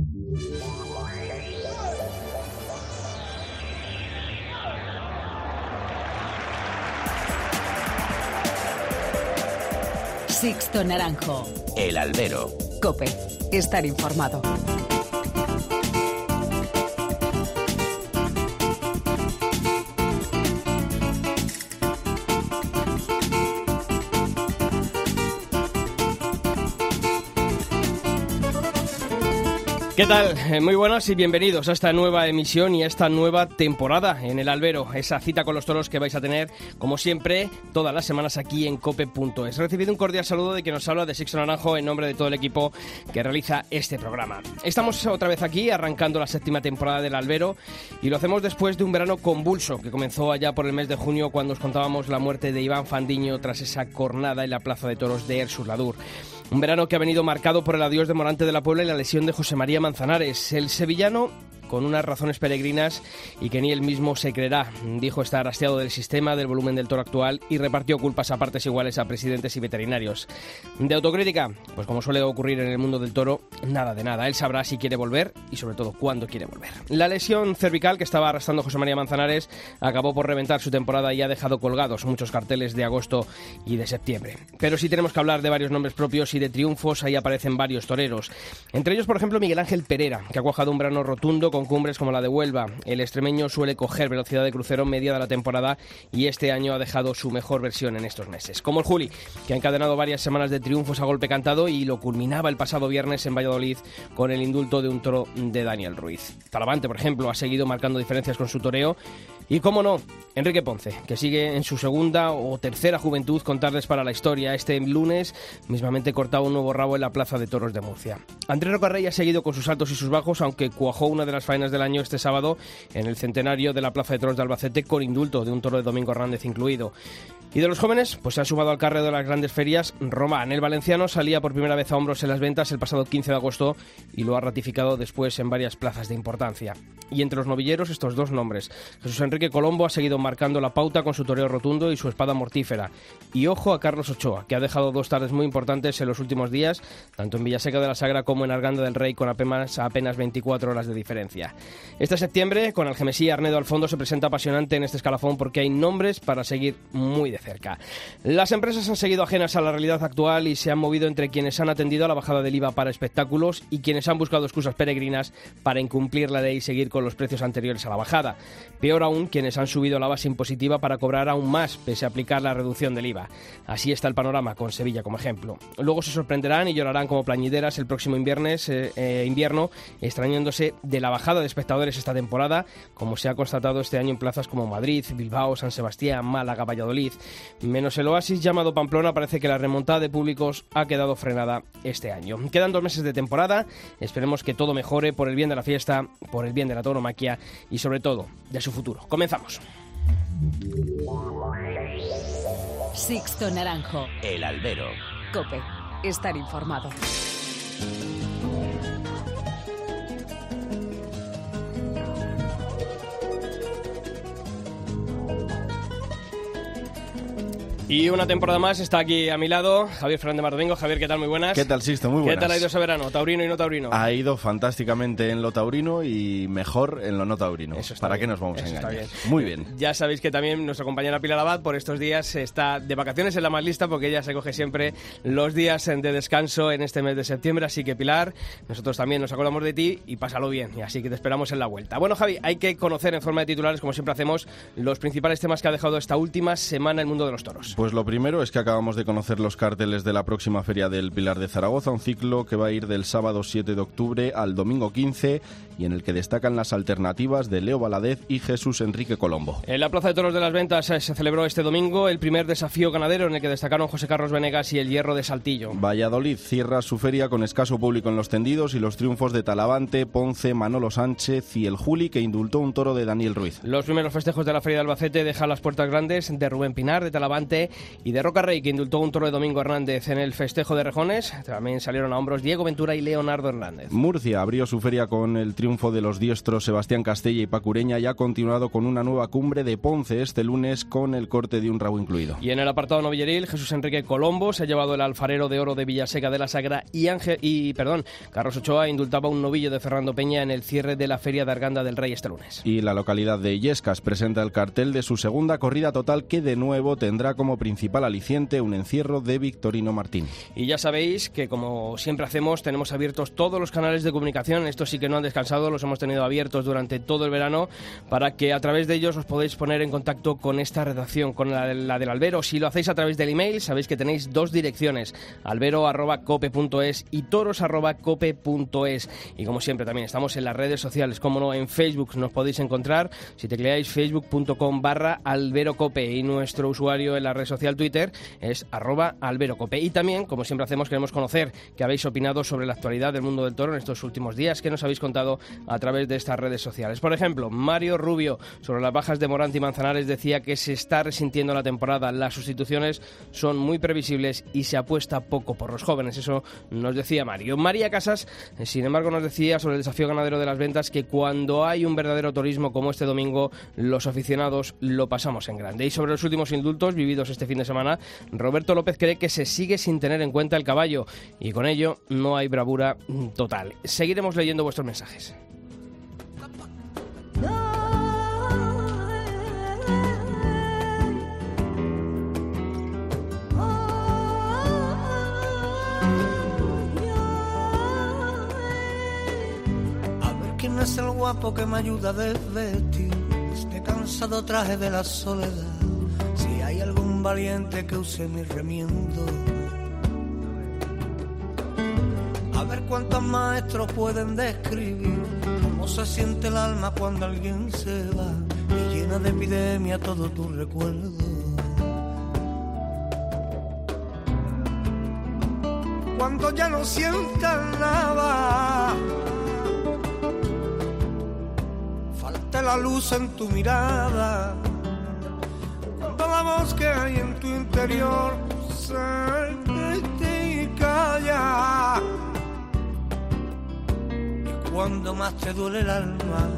Sixto Naranjo. El Albero. COPE. Estar informado. ¿Qué tal? Muy buenos y bienvenidos a esta nueva emisión y a esta nueva temporada en El Albero, esa cita con los toros que vais a tener, como siempre, todas las semanas aquí en cope.es. He recibido un cordial saludo de quien nos habla, de Sixto Naranjo, en nombre de todo el equipo que realiza este programa. Estamos otra vez aquí, arrancando la 7ª temporada del Albero, y lo hacemos después de un verano convulso que comenzó allá por el mes de junio, cuando os contábamos la muerte de Iván Fandiño tras esa cornada en la plaza de toros de Erzuladur. Un verano que ha venido marcado por el adiós de Morante de la Puebla y la lesión de José María Manzanares. El sevillano, con unas razones peregrinas y que ni él mismo se creerá, dijo estar hastiado del sistema, del volumen del toro actual, y repartió culpas a partes iguales a presidentes y veterinarios. De autocrítica, pues como suele ocurrir en el mundo del toro, nada de nada. Él sabrá si quiere volver y sobre todo cuándo quiere volver. La lesión cervical que estaba arrastrando José María Manzanares acabó por reventar su temporada y ha dejado colgados muchos carteles de agosto y de septiembre. Pero si tenemos que hablar de varios nombres propios y de triunfos, ahí aparecen varios toreros. Entre ellos, por ejemplo, Miguel Ángel Perera, que ha cuajado un verano rotundo con cumbres como la de Huelva. El extremeño suele coger velocidad de crucero media de la temporada y este año ha dejado su mejor versión en estos meses. Como el Juli, que ha encadenado varias semanas de triunfos a golpe cantado y lo culminaba el pasado viernes en Valladolid con el indulto de un toro de Daniel Ruiz. Talavante, por ejemplo, ha seguido marcando diferencias con su toreo. Y cómo no, Enrique Ponce, que sigue en su segunda o tercera juventud con tardes para la historia. Este lunes mismamente cortaba un nuevo rabo en la Plaza de Toros de Murcia. Andrés Rocarrey ha seguido con sus altos y sus bajos, aunque cuajó una de las faenas del año este sábado en el centenario de la Plaza de Toros de Albacete con indulto de un toro de Domingo Hernández incluido. Y de los jóvenes, pues se ha sumado al carreo de las grandes ferias Román. El valenciano salía por primera vez a hombros en las ventas el pasado 15 de agosto y lo ha ratificado después en varias plazas de importancia. Y entre los novilleros, estos dos nombres. Jesús Enrique Colombo ha seguido marcando la pauta con su toreo rotundo y su espada mortífera. Y ojo a Carlos Ochoa, que ha dejado dos tardes muy importantes en los últimos días, tanto en Villaseca de la Sagra como en Arganda del Rey, con apenas 24 horas de diferencia. Este septiembre, con Algemesí y Arnedo al fondo, se presenta apasionante en este escalafón porque hay nombres para seguir muy de cerca. Las empresas han seguido ajenas a la realidad actual y se han movido entre quienes han atendido a la bajada del IVA para espectáculos y quienes han buscado excusas peregrinas para incumplir la ley y seguir con los precios anteriores a la bajada. Peor aún, quienes han subido la base impositiva para cobrar aún más pese a aplicar la reducción del IVA. Así está el panorama, con Sevilla como ejemplo. Luego se sorprenderán y llorarán como plañideras el próximo invierno, extrañándose de la bajada de espectadores esta temporada, como se ha constatado este año en plazas como Madrid, Bilbao, San Sebastián, Málaga, Valladolid. Menos el oasis llamado Pamplona, parece que la remontada de públicos ha quedado frenada este año. Quedan 2 meses de temporada, esperemos que todo mejore por el bien de la fiesta, por el bien de la tauromaquia y sobre todo de su futuro. Comenzamos. Sixto Naranjo. El Albero. COPE. Estar informado. Y una temporada más está aquí a mi lado Javier Fernández Mardomingo. Javier, ¿qué tal? Muy buenas. ¿Qué tal, Sixto? Muy buenas. ¿Qué tal ha ido ese verano? ¿Taurino y no taurino? Ha ido fantásticamente en lo taurino y mejor en lo no taurino. ¿Para qué nos vamos a engañar? Bien. Muy bien. Ya sabéis que también nuestra compañera Pilar Abad por estos días está de vacaciones en la más lista porque ella se coge siempre los días de descanso en este mes de septiembre. Así que, Pilar, nosotros también nos acordamos de ti y pásalo bien. Y así que te esperamos en la vuelta. Bueno, Javi, hay que conocer en forma de titulares, como siempre hacemos, los principales temas que ha dejado esta última semana el mundo de los toros. Pues lo primero es que acabamos de conocer los carteles de la próxima Feria del Pilar de Zaragoza, un ciclo que va a ir del sábado 7 de octubre al domingo 15 y en el que destacan las alternativas de Leo Valadez y Jesús Enrique Colombo. En la Plaza de Toros de las Ventas se celebró este domingo el primer desafío ganadero en el que destacaron José Carlos Venegas y el Hierro de Saltillo. Valladolid cierra su feria con escaso público en los tendidos y los triunfos de Talavante, Ponce, Manolo Sánchez y el Juli, que indultó un toro de Daniel Ruiz. Los primeros festejos de la Feria de Albacete dejan las puertas grandes de Rubén Pinar, de Talavante y de Roca Rey, que indultó un toro de Domingo Hernández en el festejo de Rejones. También salieron a hombros Diego Ventura y Leonardo Hernández. Murcia abrió su feria con el triunfo de los diestros Sebastián Castella y Paco Ureña y ha continuado con una nueva cumbre de Ponce este lunes con el corte de un rabo incluido. Y en el apartado novilleril, Jesús Enrique Colombo se ha llevado el alfarero de oro de Villaseca de la Sagra y Carlos Ochoa indultaba un novillo de Fernando Peña en el cierre de la Feria de Arganda del Rey este lunes. Y la localidad de Illescas presenta el cartel de su segunda corrida total, que de nuevo tendrá como principal aliciente un encierro de Victorino Martín. Y ya sabéis que, como siempre hacemos, tenemos abiertos todos los canales de comunicación. Estos sí que no han descansado, los hemos tenido abiertos durante todo el verano, para que a través de ellos os podéis poner en contacto con esta redacción, con la del Albero. Si lo hacéis a través del email, sabéis que tenéis dos direcciones: albero@cope.es y toros@cope.es. Y como siempre también estamos en las redes sociales, como no, en Facebook nos podéis encontrar si tecleáis facebook.com/alberocope, y nuestro usuario en la red social Twitter es @alberocope. Y también, como siempre hacemos, queremos conocer qué habéis opinado sobre la actualidad del mundo del toro en estos últimos días, que nos habéis contado a través de estas redes sociales. Por ejemplo, Mario Rubio, sobre las bajas de Morante y Manzanares, decía que se está resintiendo la temporada, las sustituciones son muy previsibles y se apuesta poco por los jóvenes. Eso nos decía Mario. María Casas, sin embargo, nos decía sobre el desafío ganadero de las ventas que cuando hay un verdadero turismo como este domingo, los aficionados lo pasamos en grande. Y sobre los últimos indultos vividos este fin de semana, Roberto López cree que se sigue sin tener en cuenta el caballo y con ello no hay bravura total. Seguiremos leyendo vuestros mensajes. ¿Quién es el guapo que me ayuda a desvestir este cansado traje de la soledad? Si hay algún valiente que use mi remiendo. A ver cuántos maestros pueden describir cómo se siente el alma cuando alguien se va y llena de epidemia todo tu recuerdo. Cuando ya no sientas nada, falta la luz en tu mirada, cuando la voz que hay en tu interior se grite y calla, y cuando más te duele el alma,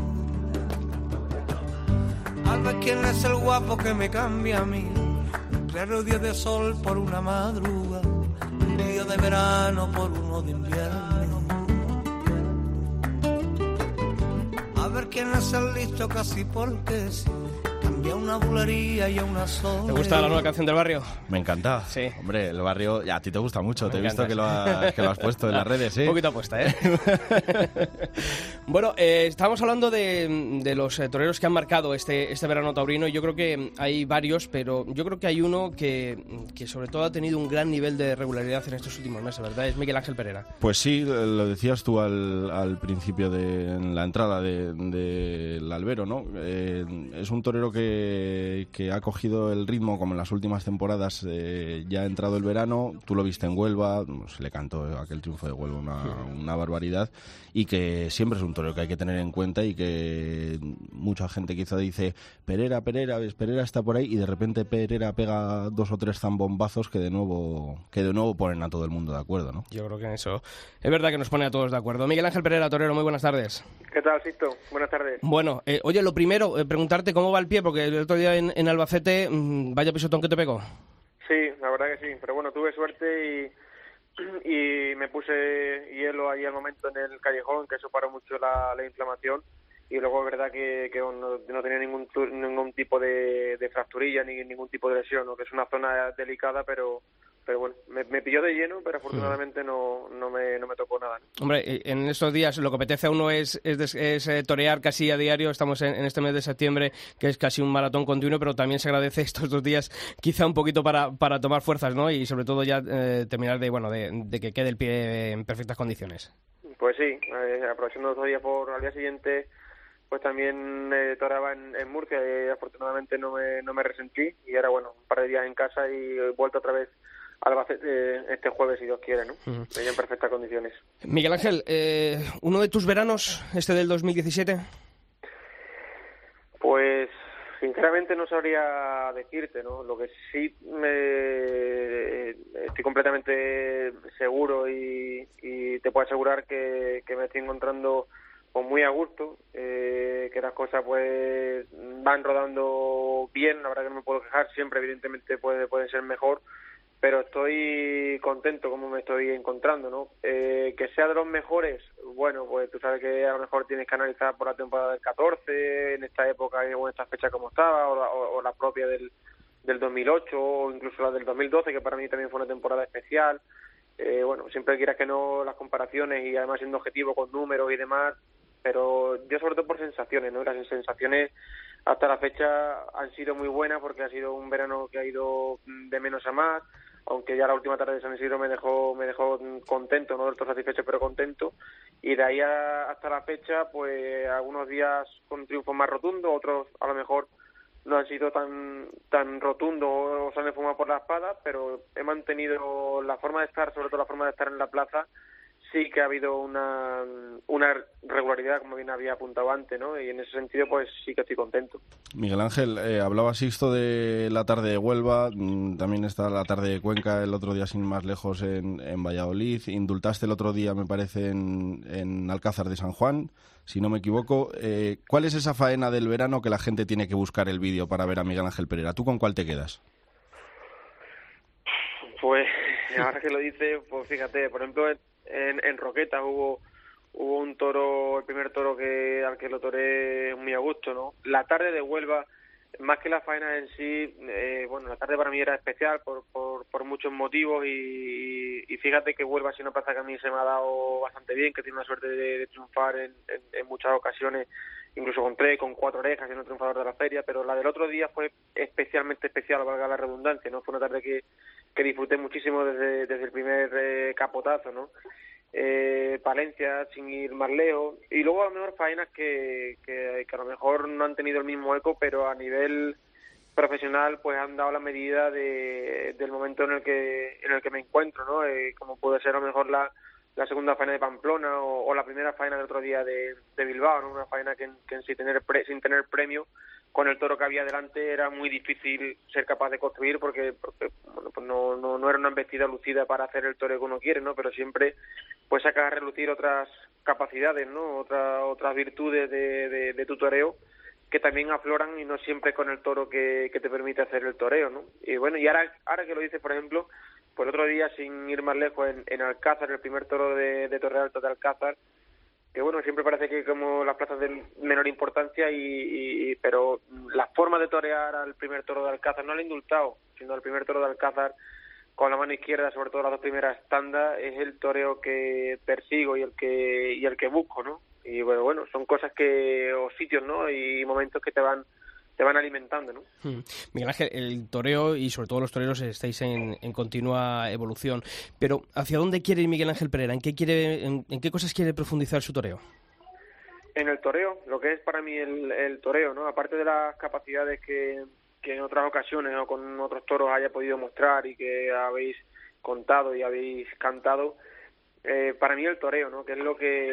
al ver quién es el guapo que me cambia a mí, un claro día de sol por una madruga, un día de verano por uno de invierno. A ver quién es el listo casi porque sí, cambia una bulería y a una sola. ¿Te gusta la nueva canción del barrio? Me encanta. Sí. Hombre, el barrio, ya, a ti te gusta mucho. Me te he encanta, visto que lo has puesto en las redes, ¿eh? Un poquito apuesta, ¿eh? Bueno, estábamos hablando de los toreros que han marcado este verano taurino, y yo creo que hay varios, pero yo creo que hay uno que sobre todo ha tenido un gran nivel de regularidad en estos últimos meses, ¿verdad? Es Miguel Ángel Pereira. Pues sí, lo decías tú al principio en la entrada del Albero, ¿no? Es un torero que ha cogido el ritmo como en las últimas temporadas. Ya ha entrado el verano, tú lo viste en Huelva, se le cantó aquel triunfo de Huelva una barbaridad, y que siempre es un torero que hay que tener en cuenta, y que mucha gente quizá dice Pereira está por ahí, y de repente Pereira pega 2 o 3 zambombazos que de nuevo ponen a todo el mundo de acuerdo, ¿no? Yo creo que eso es verdad, que nos pone a todos de acuerdo. Miguel Ángel Pereira, torero, muy buenas tardes. ¿Qué tal, Sixto? Buenas tardes. Bueno, oye, lo primero, preguntarte cómo va el pie, porque el otro día en Albacete, vaya pisotón que te pegó. Sí, la verdad que sí, pero bueno, tuve suerte y me puse hielo ahí al momento en el callejón, que eso paró mucho la inflamación, y luego es verdad que no tenía ningún tipo de fracturilla ni ningún tipo de lesión, ¿no? Que es una zona delicada, pero bueno, me pilló de lleno, pero afortunadamente no me tocó nada, ¿no? Hombre, en estos días lo que apetece a uno es torear casi a diario. Estamos en este mes de septiembre, que es casi un maratón continuo, pero también se agradece estos 2 días quizá un poquito para tomar fuerzas, ¿no? Y sobre todo ya terminar de que quede el pie en perfectas condiciones. Pues sí, aprovechando 2 días al día siguiente, pues también toreaba en Murcia, y afortunadamente no me resentí, y ahora bueno, un par de días en casa y he vuelto otra vez Albacete este jueves, si Dios quiere, ¿no? En perfectas condiciones. Miguel Ángel, ¿uno de tus veranos, este del 2017? Pues Sinceramente no sabría decirte, ¿no? Lo que sí estoy completamente seguro y te puedo asegurar que me estoy encontrando pues muy a gusto, que las cosas pues van rodando bien, la verdad que no me puedo quejar, siempre evidentemente puede ser mejor, pero estoy contento como me estoy encontrando, ¿no? Que sea de los mejores, bueno, pues tú sabes que a lo mejor tienes que analizar por la temporada del 14, en esta época o en esta fecha como estaba, o la propia del 2008, o incluso la del 2012, que para mí también fue una temporada especial. Bueno, siempre quieras que no las comparaciones y además siendo objetivo con números y demás, pero yo sobre todo por sensaciones, ¿no? Las sensaciones hasta la fecha han sido muy buenas porque ha sido un verano que ha ido de menos a más, aunque ya la última tarde de San Isidro me dejó contento, no del todo satisfecho, pero contento, y de ahí hasta la fecha, pues algunos días con triunfos más rotundos, otros a lo mejor no han sido tan rotundos o se han esfumado por la espada, pero he mantenido la forma de estar, sobre todo la forma de estar en la plaza. Sí que ha habido una regularidad, como bien había apuntado antes, ¿no? Y en ese sentido, pues sí que estoy contento. Miguel Ángel, hablaba Sixto de la tarde de Huelva, también está la tarde de Cuenca, el otro día sin más lejos en Valladolid. Indultaste el otro día, me parece, en Alcázar de San Juan, si no me equivoco. ¿Cuál es esa faena del verano que la gente tiene que buscar el vídeo para ver a Miguel Ángel Pereira? ¿Tú con cuál te quedas? Pues ahora que lo dices, pues fíjate, por ejemplo, en Roquetas hubo un toro, el primer toro al que lo toré muy a gusto, ¿no? La tarde de Huelva, más que la faena en sí, la tarde para mí era especial por muchos motivos y fíjate que Huelva ha sido una plaza que a mí se me ha dado bastante bien, que tiene la suerte de triunfar en muchas ocasiones, incluso con 4 orejas, siendo triunfador de la feria, pero la del otro día fue especialmente especial, valga la redundancia, ¿no? Fue una tarde que disfruté muchísimo desde el primer capotazo, ¿no? Palencia, sin ir más lejos, y luego a lo mejor faenas que a lo mejor no han tenido el mismo eco, pero a nivel profesional pues han dado la medida del momento en el que me encuentro, ¿no? Como puede ser a lo mejor la segunda faena de Pamplona o la primera faena del otro día de Bilbao, ¿no? Una faena que sin tener premio, con el toro que había delante era muy difícil ser capaz de construir porque bueno, pues no era una embestida lucida para hacer el toro que uno quiere, ¿no? Pero siempre pues sacas a relucir otras capacidades, ¿no? Otras virtudes de tu toreo que también afloran y no siempre con el toro que te permite hacer el toreo, ¿no? Y bueno, y ahora que lo dices, por ejemplo, pues el otro día, sin ir más lejos, en Alcázar, el primer toro de Torre Alta de Alcázar, que bueno, siempre parece que como las plazas de menor importancia, pero la forma de torear al primer toro de Alcázar, no al indultado, sino al primer toro de Alcázar, con la mano izquierda, sobre todo las 2 primeras tandas, es el toreo que persigo y el que busco, ¿no? Y bueno, son cosas o sitios, ¿no? Y momentos que te van alimentando, ¿no? Miguel Ángel, el toreo y sobre todo los toreros estáis en continua evolución, pero ¿hacia dónde quiere ir Miguel Ángel Pereira? ¿En qué cosas quiere profundizar su toreo? En el toreo, lo que es para mí el toreo, ¿no? Aparte de las capacidades que en otras ocasiones o con otros toros haya podido mostrar y que habéis contado y habéis cantado, para mí el toreo, ¿no? Que es lo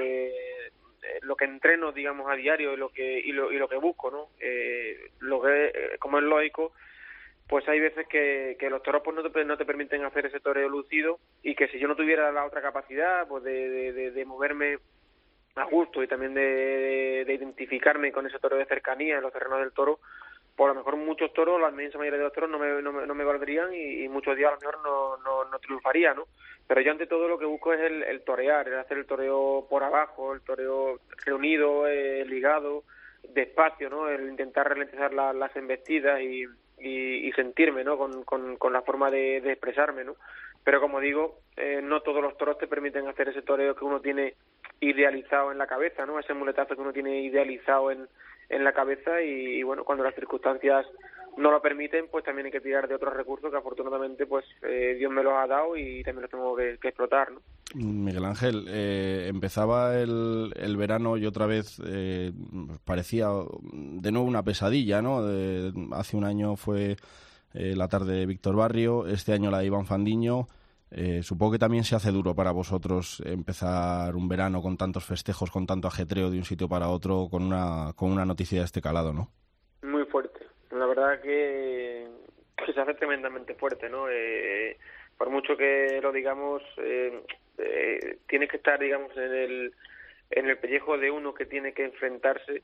que entreno, digamos, a diario y lo que busco, ¿no? Como es lógico, pues hay veces que los toros pues no te permiten hacer ese toreo lucido, y que si yo no tuviera la otra capacidad pues de moverme a gusto y también de identificarme con ese toreo de cercanía en los terrenos del toro, por lo mejor muchos toros, la inmensa mayoría de los toros no me valdrían y muchos días a lo mejor no triunfaría, ¿no? Pero yo ante todo lo que busco es el torear, el hacer el toreo por abajo, el toreo reunido, ligado, despacio, ¿no? El intentar ralentizar las embestidas y sentirme, ¿no? Con la forma de expresarme, ¿no? Pero como digo, no todos los toros te permiten hacer ese toreo que uno tiene idealizado en la cabeza, ¿no? Ese muletazo que uno tiene idealizado en la cabeza y bueno, cuando las circunstancias no lo permiten, pues también hay que tirar de otros recursos que afortunadamente pues Dios me los ha dado y también los tengo que explotar, ¿no? Miguel Ángel, empezaba el verano y otra vez parecía de nuevo una pesadilla, ¿no? Hace un año fue la tarde de Víctor Barrio, este año la de Iván Fandiño. Supongo que también se hace duro para vosotros empezar un verano con tantos festejos, con tanto ajetreo de un sitio para otro, con una noticia de este calado, ¿no? Muy fuerte, verdad que se hace tremendamente fuerte, ¿no? Por mucho que lo digamos, tienes que estar, digamos, en el pellejo de uno que tiene que enfrentarse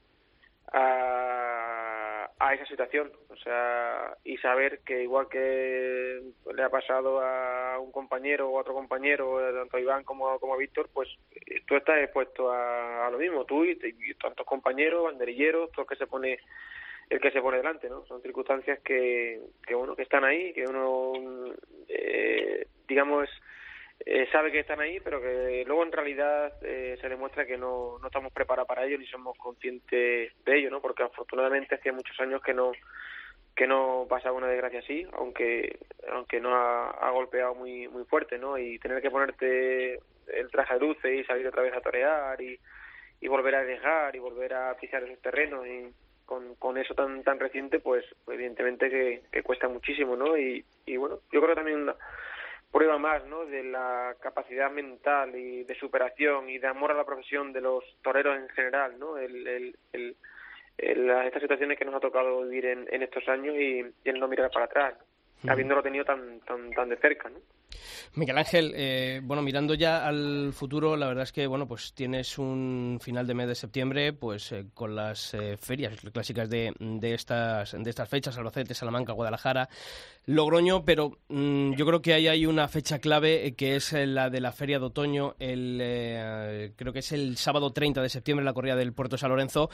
a esa situación, o sea, y saber que igual que le ha pasado a un compañero o a otro compañero, tanto a Iván como a Víctor, pues tú estás expuesto a lo mismo, tú y tantos compañeros, banderilleros, todo el que se pone delante, ¿no? Son circunstancias que bueno, que están ahí, que uno digamos sabe que están ahí, pero que luego en realidad se demuestra que no estamos preparados para ello ni somos conscientes de ello, ¿no? Porque afortunadamente hacía muchos años que no pasaba una desgracia así, aunque no ha golpeado muy muy fuerte, ¿no? Y tener que ponerte el traje de luces y salir otra vez a torear y volver a arriesgar y volver a pisar esos terrenos y con eso tan reciente, pues evidentemente que cuesta muchísimo, ¿no? Y bueno, yo creo que también una prueba más, ¿no?, de la capacidad mental y de superación y de amor a la profesión de los toreros en general, ¿no? Estas situaciones que nos ha tocado vivir en estos años y el no mirar para atrás, ¿no? Habiéndolo tenido tan de cerca, ¿no? Miguel Ángel, bueno, mirando ya al futuro, la verdad es que, bueno, pues tienes un final de mes de septiembre, pues con las ferias clásicas de estas fechas, Albacete, Salamanca, Guadalajara, Logroño, pero yo creo que ahí hay una fecha clave que es la de la feria de otoño, creo que es el sábado 30 de septiembre, la corrida del Puerto de San Lorenzo.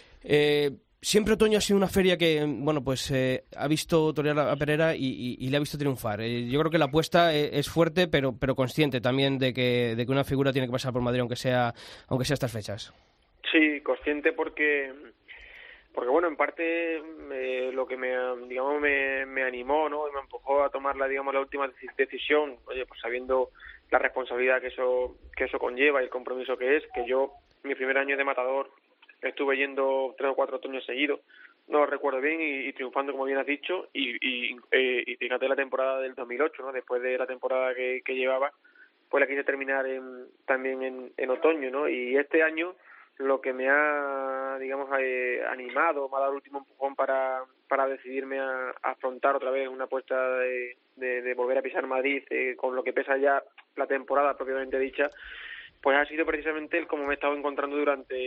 Siempre otoño ha sido una feria que, bueno, pues ha visto torear a Perera y le ha visto triunfar. Yo creo que la apuesta es fuerte, pero consciente también de que una figura tiene que pasar por Madrid, aunque sea estas fechas. Sí, consciente porque bueno, en parte lo que me animó, ¿no?, y me empujó a tomar la última decisión, oye, pues sabiendo la responsabilidad que eso conlleva y el compromiso que es, que yo, mi primer año de matador, estuve yendo 3 o 4 otoños seguidos, no lo recuerdo bien, y triunfando, como bien has dicho, y fíjate la temporada del 2008, ¿no? Después de la temporada que llevaba, pues la quise terminar también en otoño, ¿no? Y este año lo que me ha, digamos, animado, me ha dado el último empujón para decidirme a afrontar otra vez una apuesta de volver a pisar Madrid, con lo que pesa ya la temporada propiamente dicha, pues ha sido precisamente el como me he estado encontrando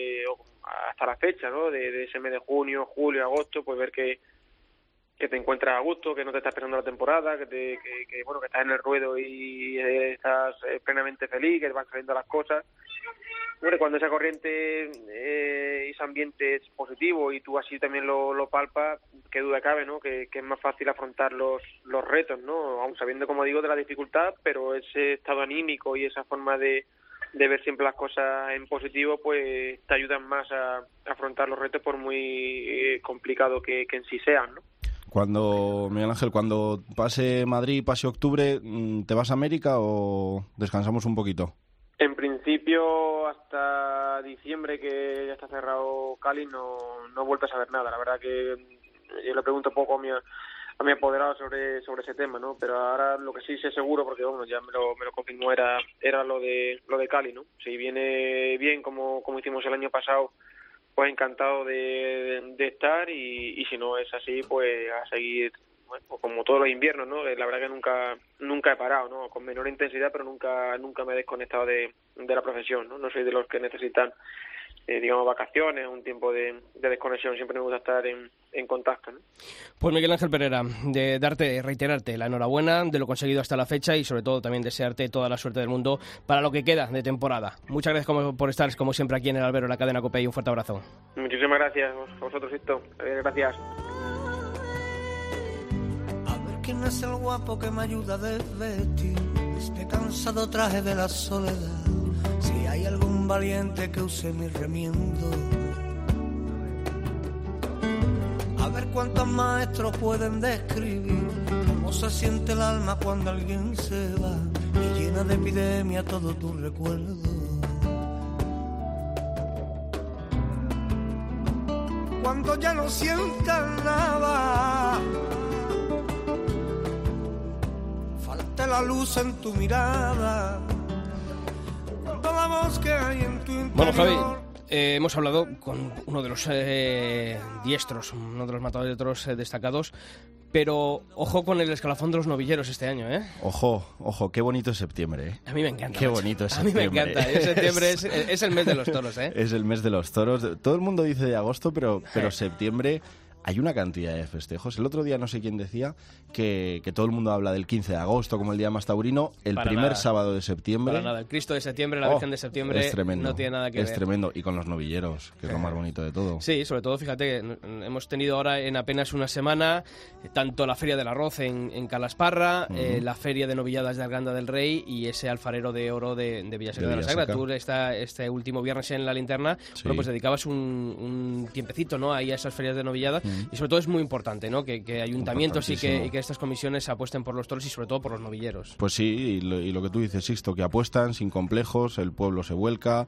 hasta la fecha, ¿no? De ese mes de junio, julio, agosto, pues ver que te encuentras a gusto, que no te estás esperando la temporada, que bueno, que estás en el ruedo y estás plenamente feliz, que van saliendo las cosas. Bueno, cuando esa corriente y ese ambiente es positivo y tú así también lo palpas, qué duda cabe, ¿no?, que es más fácil afrontar los retos, ¿no?, aun sabiendo, como digo, de la dificultad, pero ese estado anímico y esa forma de ver siempre las cosas en positivo, pues te ayudan más a afrontar los retos por muy complicado que en sí sean, ¿no? Miguel Ángel, cuando pase Madrid, pase octubre, ¿te vas a América o descansamos un poquito? En principio, hasta diciembre, que ya está cerrado Cali, no he vuelto a saber nada. La verdad que yo le pregunto poco a mi apoderado sobre ese tema, ¿no? Pero ahora lo que sí sé seguro, porque bueno, ya me lo confirmó, era lo de Cali, ¿no? Si viene bien como hicimos el año pasado, pues encantado de estar, y si no es así, pues a seguir, bueno, como todos los inviernos, ¿no? La verdad que nunca he parado, ¿no? Con menor intensidad, pero nunca me he desconectado de la profesión, ¿no? No soy de los que necesitan digamos, vacaciones, un tiempo de desconexión. Siempre me gusta estar en contacto, ¿no? Pues Miguel Ángel Perera, reiterarte la enhorabuena de lo conseguido hasta la fecha y sobre todo también desearte toda la suerte del mundo para lo que queda de temporada. Muchas gracias por estar, como siempre, aquí en el albero de la cadena COPE, y un fuerte abrazo. Muchísimas gracias a vosotros, Sisto. Gracias. A ver quién es el guapo que me ayuda a desvestir este cansado traje de la soledad. Si hay algún valiente que use mi remiendo, a ver cuántos maestros pueden describir cómo se siente el alma cuando alguien se va y llena de epidemia todo tu recuerdo. Cuando ya no sientas nada, falte la luz en tu mirada. Bueno, Javi, hemos hablado con uno de los diestros, uno de los matadores de toros destacados, pero ojo con el escalafón de los novilleros este año, ¿eh? Ojo, qué bonito es septiembre, ¿eh? A mí me encanta. Qué bonito es septiembre. A mí me encanta. Septiembre es el mes de los toros, ¿eh? Es el mes de los toros. Todo el mundo dice de agosto, pero septiembre hay una cantidad de festejos. El otro día no sé quién decía que todo el mundo habla del 15 de agosto como el día más taurino. El Para primer nada. sábado de septiembre... Para nada. El Cristo de septiembre, la Virgen de septiembre, es tremendo, no tiene nada que ver. Es tremendo. Y con los novilleros, que es lo más bonito de todo. Sí, sobre todo, fíjate, hemos tenido ahora en apenas una semana tanto la Feria del Arroz en Calasparra, la Feria de Novilladas de Arganda del Rey y ese alfarero de oro de Villaseca de la Sagra. Tú este último viernes en La Linterna, Sí. bueno, pues dedicabas un tiempecito, ¿no?, ahí a esas ferias de novilladas y sobre todo es muy importante, ¿no?, que ayuntamientos y que estas comisiones apuesten por los toros y sobre todo por los novilleros. Pues sí, y lo que tú dices, Sixto, que apuestan sin complejos, el pueblo se vuelca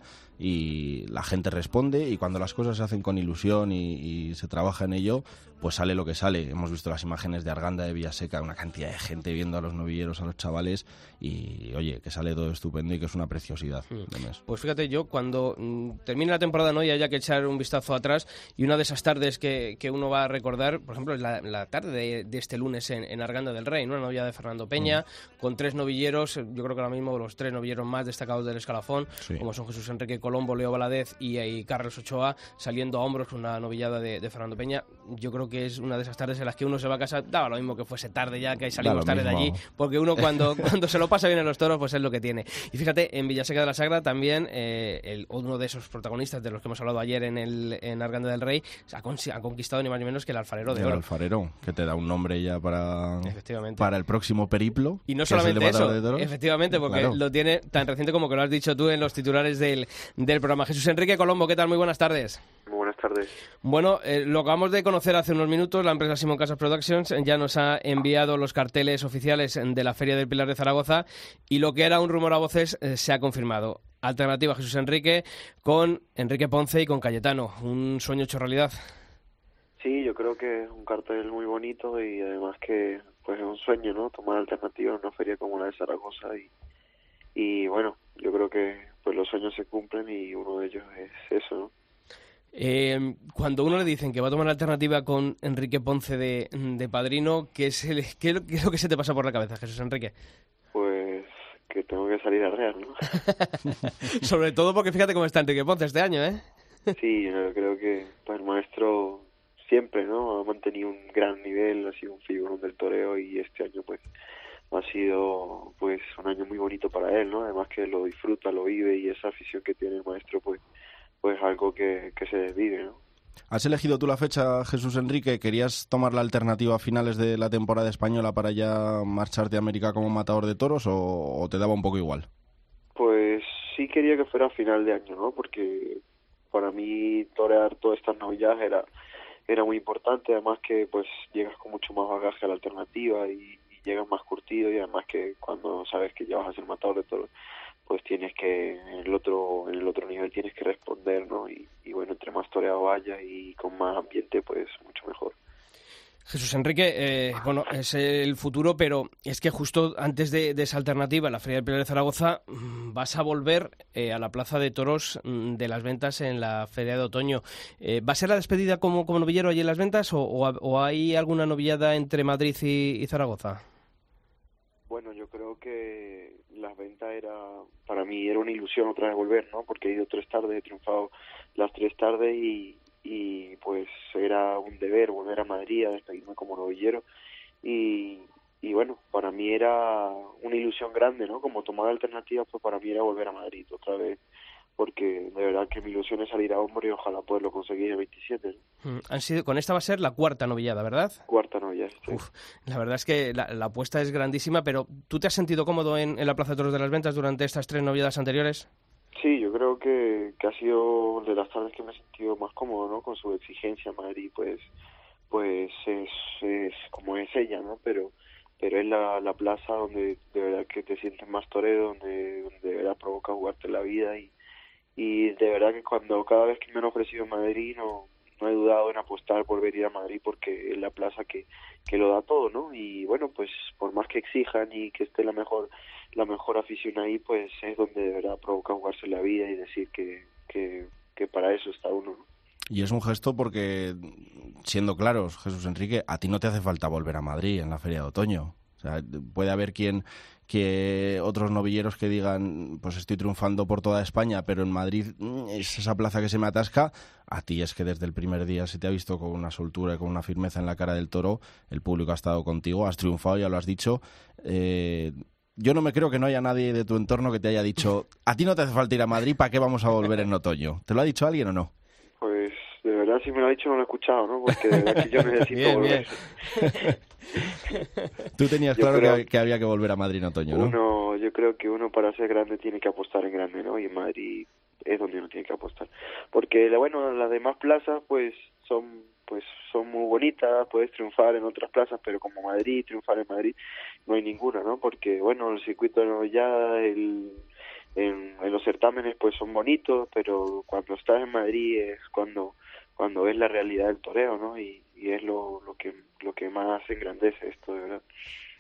y la gente responde, y cuando las cosas se hacen con ilusión y se trabaja en ello, pues sale lo que sale. Hemos visto las imágenes de Arganda, de Villaseca, una cantidad de gente viendo a los novilleros, a los chavales, y oye, que sale todo estupendo y que es una preciosidad de mes. Pues fíjate, yo cuando termine la temporada, no, y haya que echar un vistazo atrás, y una de esas tardes que uno va a recordar, por ejemplo, es la tarde de este lunes en Arganda del Rey, ¿no?, una novillada de Fernando Peña, con 3 novilleros, yo creo que ahora mismo los 3 novilleros más destacados del escalafón, Sí. como son Jesús Enrique Colombo, Leo Valadez y Carlos Ochoa, saliendo a hombros con una novillada de Fernando Peña. Yo creo que es una de esas tardes en las que uno se va a casa, daba lo mismo que fuese tarde ya, que salimos tarde de allí, porque uno cuando se lo pasa bien en los toros, pues es lo que tiene. Y fíjate, en Villaseca de la Sagra también, uno de esos protagonistas de los que hemos hablado ayer en Arganda del Rey, ha conquistado ni más ni menos que el alfarero de El oro. alfarero, que te da un nombre ya Efectivamente. para el próximo periplo. Y no que es el de solamente eso, Matador de Toros. efectivamente, porque Claro. lo tiene tan reciente como que lo has dicho tú en los titulares del programa. Jesús Enrique Colombo, ¿qué tal? Muy buenas tardes. Muy buenas tardes. Bueno, lo acabamos de conocer hace unos minutos. La empresa Simón Casas Productions ya nos ha enviado los carteles oficiales de la Feria del Pilar de Zaragoza y lo que era un rumor a voces se ha confirmado. Alternativa Jesús Enrique con Enrique Ponce y con Cayetano. Un sueño hecho realidad. Sí, yo creo que es un cartel muy bonito y además que pues es un sueño, ¿no?, tomar alternativa en una feria como la de Zaragoza y bueno, yo creo que pues los sueños se cumplen y uno de ellos es eso, ¿no? Cuando uno le dicen que va a tomar alternativa con Enrique Ponce de padrino, ¿qué es lo que se te pasa por la cabeza, Jesús Enrique? Pues que tengo que salir a rear, ¿no? Sobre todo porque fíjate cómo está Enrique Ponce este año, ¿eh? Sí, yo creo que pues el maestro siempre, ¿no?, ha mantenido un gran nivel, ha sido un figurón del toreo y este año pues ha sido pues un año muy bonito para él, ¿no? Además que lo disfruta, lo vive y esa afición que tiene el maestro pues algo que se desvive, ¿no? ¿Has elegido tú la fecha, Jesús Enrique? ¿Querías tomar la alternativa a finales de la temporada española para ya marcharte a América como matador de toros o te daba un poco igual? Pues sí quería que fuera a final de año, ¿no? Porque para mí torear todas estas novilladas era muy importante, además que pues llegas con mucho más bagaje a la alternativa y llegas más curtido y además que cuando sabes que ya vas a ser matador de toros, pues tienes que, en el otro nivel tienes que responder, ¿no? Y bueno, entre más toreado vaya y con más ambiente, pues mucho mejor. Jesús Enrique, bueno, es el futuro, pero es que justo antes de esa alternativa, en la Feria del Pilar de Zaragoza, vas a volver a la Plaza de Toros de Las Ventas en la Feria de Otoño. ¿Va a ser la despedida como novillero allí en Las Ventas o hay alguna novillada entre Madrid y Zaragoza? Bueno, yo creo que Las Ventas para mí era una ilusión otra vez volver, ¿no? Porque he ido 3 tardes, he triunfado las 3 tardes y pues era un deber volver a Madrid a despedirme como novillero y bueno, para mí era una ilusión grande, ¿no? Como tomar alternativas, pues para mí era volver a Madrid otra vez, porque de verdad que mi ilusión es salir a hombro y ojalá poderlo conseguir el 27, ¿no? Con esta va a ser la 4ª novillada, ¿verdad? 4ª novillada, sí. Uf, la verdad es que la apuesta es grandísima, pero ¿tú te has sentido cómodo en la Plaza de Toros de Las Ventas durante estas 3 novilladas anteriores? Sí, yo creo que ha sido de las tardes que me he sentido más cómodo, ¿no? Con su exigencia. Madrid, pues es como es ella, ¿no? Pero es la plaza donde de verdad que te sientes más torero, donde de verdad provoca jugarte la vida y de verdad que cada vez que me han ofrecido Madrid no he dudado en apostar por venir a Madrid porque es la plaza que lo da todo, ¿no? Y bueno, pues por más que exijan y que esté la mejor afición ahí, pues es donde de verdad provoca jugarse la vida y decir que para eso está uno, ¿no? Y es un gesto porque, siendo claros, Jesús Enrique, a ti no te hace falta volver a Madrid en la Feria de Otoño. O sea, puede haber otros novilleros que digan, pues estoy triunfando por toda España, pero en Madrid es esa plaza que se me atasca. A ti es que desde el primer día se te ha visto con una soltura y con una firmeza en la cara del toro. El público ha estado contigo, has triunfado, ya lo has dicho. Yo no me creo que no haya nadie de tu entorno que te haya dicho, a ti no te hace falta ir a Madrid, ¿para qué vamos a volver en otoño? ¿Te lo ha dicho alguien o no? Pues de verdad, si me lo ha dicho no lo he escuchado, ¿no? Porque de verdad que yo necesito volver. Tú tenías claro que había que volver a Madrid en otoño, ¿no? Yo creo que uno para ser grande tiene que apostar en grande, ¿no? Y en Madrid es donde uno tiene que apostar. Porque, bueno, las demás plazas, pues son muy bonitas, puedes triunfar en otras plazas, pero como Madrid, triunfar en Madrid, no hay ninguna, ¿no? Porque, bueno, el circuito en los certámenes pues son bonitos, pero cuando estás en Madrid es cuando ves la realidad del toreo, ¿no? Y es lo que más engrandece esto, de verdad.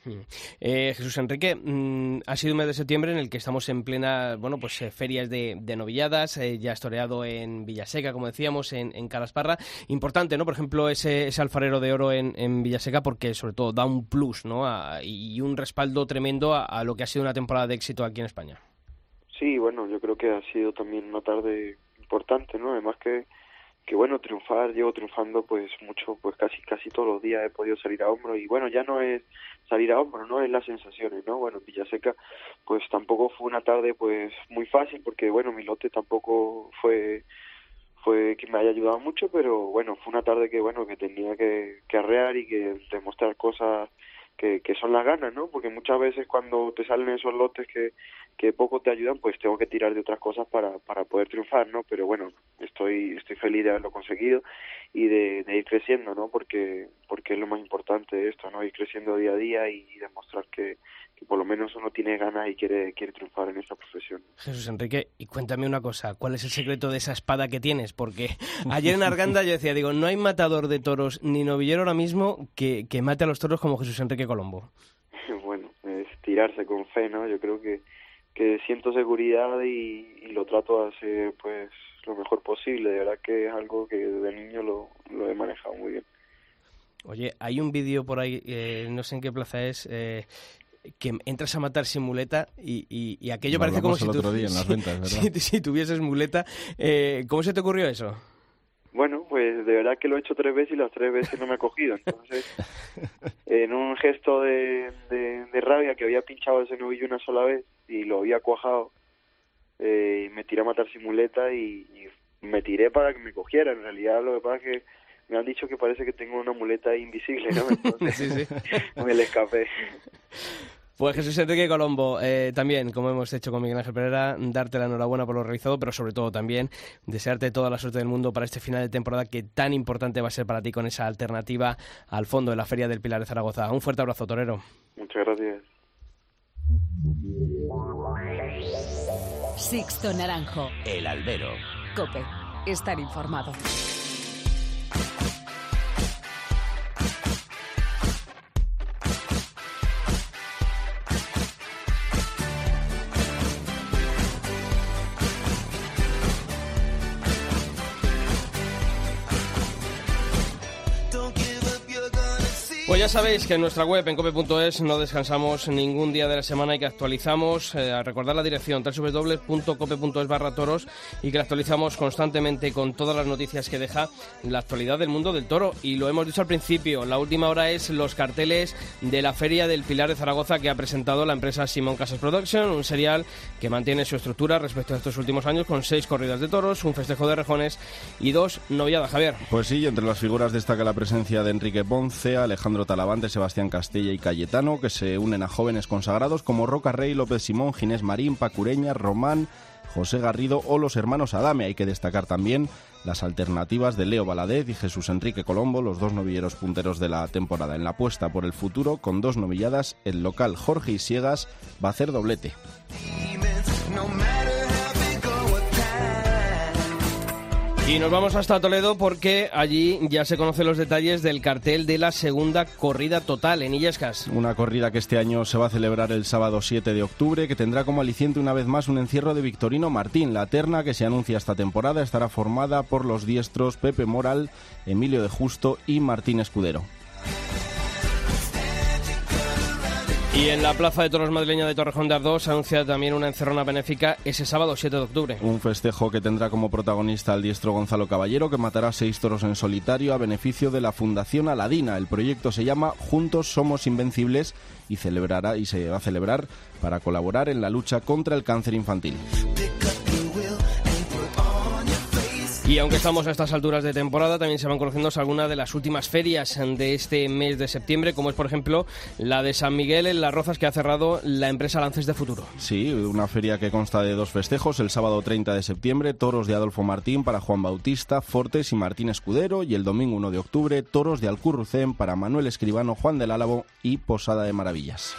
Jesús Enrique, ha sido un mes de septiembre en el que estamos en plena, ferias de novilladas. Ya has toreado en Villaseca, como decíamos, en Calasparra. Importante, ¿no? Por ejemplo, ese alfarero de oro en Villaseca, porque sobre todo da un plus, ¿no? Y un respaldo tremendo a lo que ha sido una temporada de éxito aquí en España. Sí, bueno, yo creo que ha sido también una tarde importante, ¿no? Además que bueno, llevo triunfando pues mucho, pues casi todos los días he podido salir a hombro, y bueno, ya no es salir a hombro, ¿no? Es las sensaciones, ¿no? Bueno, en Villaseca pues tampoco fue una tarde pues muy fácil, porque bueno, mi lote tampoco fue que me haya ayudado mucho, pero bueno, fue una tarde que tenía que arrear y que demostrar cosas que son las ganas, ¿no? Porque muchas veces cuando te salen esos lotes que poco te ayudan, pues tengo que tirar de otras cosas para poder triunfar, ¿no? Pero bueno, estoy feliz de haberlo conseguido y de ir creciendo, ¿no? Porque es lo más importante de esto, ¿no? Ir creciendo día a día y demostrar que por lo menos uno tiene ganas y quiere triunfar en esta profesión. Jesús Enrique, y cuéntame una cosa, ¿cuál es el secreto de esa espada que tienes? Porque ayer en Arganda yo decía, no hay matador de toros ni novillero ahora mismo que mate a los toros como Jesús Enrique Colombo. Bueno, es tirarse con fe, ¿no? Yo creo que siento seguridad y lo trato de hacer pues lo mejor posible. De verdad que es algo que desde niño lo he manejado muy bien. Oye, hay un vídeo por ahí, no sé en qué plaza es, que entras a matar sin muleta y aquello parece como si el otro día en las ventas, ¿verdad? si tuvieses muleta. ¿Cómo se te ocurrió eso? Bueno, pues de verdad que lo he hecho 3 veces y las 3 veces no me ha cogido. Entonces, en un gesto de rabia, que había pinchado ese novillo una sola vez y lo había cuajado, me tiré a matar sin muleta y me tiré para que me cogiera. En realidad lo que pasa es que me han dicho que parece que tengo una muleta invisible, ¿no? Entonces sí. Me le escapé. Pues Jesús Enrique Colombo, también, como hemos hecho con Miguel Ángel Pereira, darte la enhorabuena por lo realizado, pero sobre todo también desearte toda la suerte del mundo para este final de temporada que tan importante va a ser para ti con esa alternativa al fondo de la Feria del Pilar de Zaragoza. Un fuerte abrazo, torero. Muchas gracias. Sixto Naranjo. El Albero. COPE. Estar informado. Pues ya sabéis que en nuestra web, en cope.es, no descansamos ningún día de la semana y que actualizamos, a recordar la dirección, www.cope.es/toros, y que la actualizamos constantemente con todas las noticias que deja la actualidad del mundo del toro. Y lo hemos dicho al principio, la última hora es los carteles de la Feria del Pilar de Zaragoza que ha presentado la empresa Simón Casas Production, un serial que mantiene su estructura respecto a estos últimos años con 6 corridas de toros, un festejo de rejones y 2 noviadas, Javier. Pues sí, entre las figuras destaca la presencia de Enrique Ponce, Alejandro Talavante, Sebastián Castella y Cayetano, que se unen a jóvenes consagrados como Roca Rey, López Simón, Ginés Marín, Pacureña, Román, José Garrido o los hermanos Adame. Hay que destacar también las alternativas de Leo Valadez y Jesús Enrique Colombo, los 2 novilleros punteros de la temporada. En la apuesta por el futuro, con 2 novilladas, el local Jorge Isiegas va a hacer doblete. Y nos vamos hasta Toledo porque allí ya se conocen los detalles del cartel de la segunda corrida total en Illescas. Una corrida que este año se va a celebrar el sábado 7 de octubre, que tendrá como aliciente una vez más un encierro de Victorino Martín. La terna que se anuncia esta temporada estará formada por los diestros Pepe Moral, Emilio de Justo y Martín Escudero. Y en la Plaza de Toros madrileña de Torrejón de Ardoz se anuncia también una encerrona benéfica ese sábado 7 de octubre. Un festejo que tendrá como protagonista al diestro Gonzalo Caballero, que matará 6 toros en solitario a beneficio de la Fundación Aladina. El proyecto se llama Juntos Somos Invencibles y se va a celebrar para colaborar en la lucha contra el cáncer infantil. Y aunque estamos a estas alturas de temporada, también se van conociendo algunas de las últimas ferias de este mes de septiembre, como es, por ejemplo, la de San Miguel en Las Rozas, que ha cerrado la empresa Lances de Futuro. Sí, una feria que consta de 2 festejos. El sábado 30 de septiembre, toros de Adolfo Martín para Juan Bautista, Fortes y Martín Escudero. Y el domingo 1 de octubre, toros de Alcurrucén para Manuel Escribano, Juan del Álavo y Posada de Maravillas.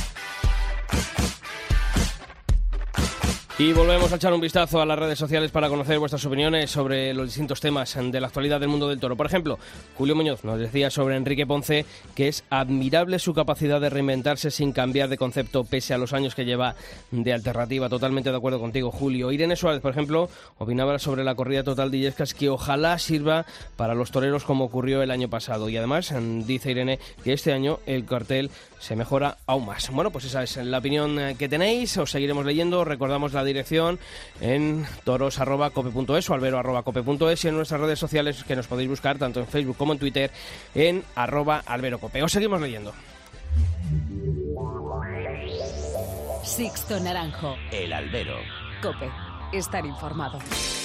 Y volvemos a echar un vistazo a las redes sociales para conocer vuestras opiniones sobre los distintos temas de la actualidad del mundo del toro. Por ejemplo, Julio Muñoz nos decía sobre Enrique Ponce que es admirable su capacidad de reinventarse sin cambiar de concepto pese a los años que lleva de alternativa. Totalmente de acuerdo contigo, Julio. Irene Suárez, por ejemplo, opinaba sobre la corrida total de Illescas que ojalá sirva para los toreros como ocurrió el año pasado. Y además dice Irene que este año el cartel se mejora aún más. Bueno, pues esa es la opinión que tenéis. Os seguiremos leyendo. Recordamos la dirección en toros@cope.es o albero@cope.es y en nuestras redes sociales que nos podéis buscar tanto en Facebook como en Twitter en @alberocope. Os seguimos leyendo. Sixto Naranjo. El Albero. COPE. Estar informado.